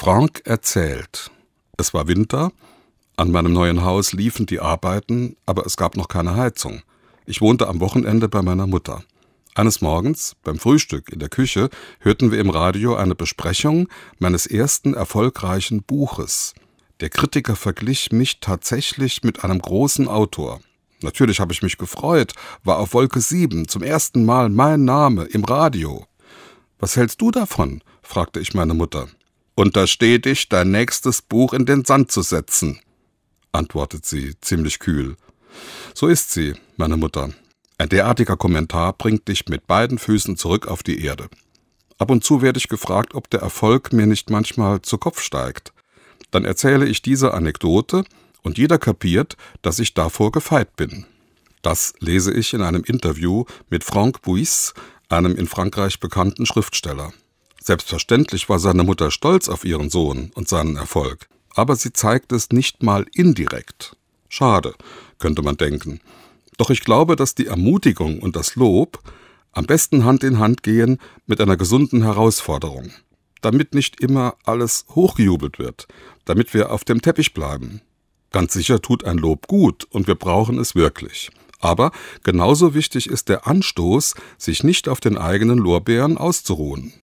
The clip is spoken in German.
Frank erzählt. Es war Winter, an meinem neuen Haus liefen die Arbeiten, aber es gab noch keine Heizung. Ich wohnte am Wochenende bei meiner Mutter. Eines Morgens, beim Frühstück in der Küche, hörten wir im Radio eine Besprechung meines ersten erfolgreichen Buches. Der Kritiker verglich mich tatsächlich mit einem großen Autor. Natürlich habe ich mich gefreut, war auf Wolke 7, zum ersten Mal mein Name im Radio. »Was hältst du davon?« fragte ich meine Mutter. »Untersteh dich, dein nächstes Buch in den Sand zu setzen«, antwortet sie ziemlich kühl. So ist sie, meine Mutter. Ein derartiger Kommentar bringt dich mit beiden Füßen zurück auf die Erde. Ab und zu werde ich gefragt, ob der Erfolg mir nicht manchmal zu Kopf steigt. Dann erzähle ich diese Anekdote und jeder kapiert, dass ich davor gefeit bin. Das lese ich in einem Interview mit Franck Bouis, einem in Frankreich bekannten Schriftsteller. Selbstverständlich war seine Mutter stolz auf ihren Sohn und seinen Erfolg, aber sie zeigt es nicht mal indirekt. Schade, könnte man denken. Doch ich glaube, dass die Ermutigung und das Lob am besten Hand in Hand gehen mit einer gesunden Herausforderung, damit nicht immer alles hochgejubelt wird, damit wir auf dem Teppich bleiben. Ganz sicher tut ein Lob gut und wir brauchen es wirklich. Aber genauso wichtig ist der Anstoß, sich nicht auf den eigenen Lorbeeren auszuruhen.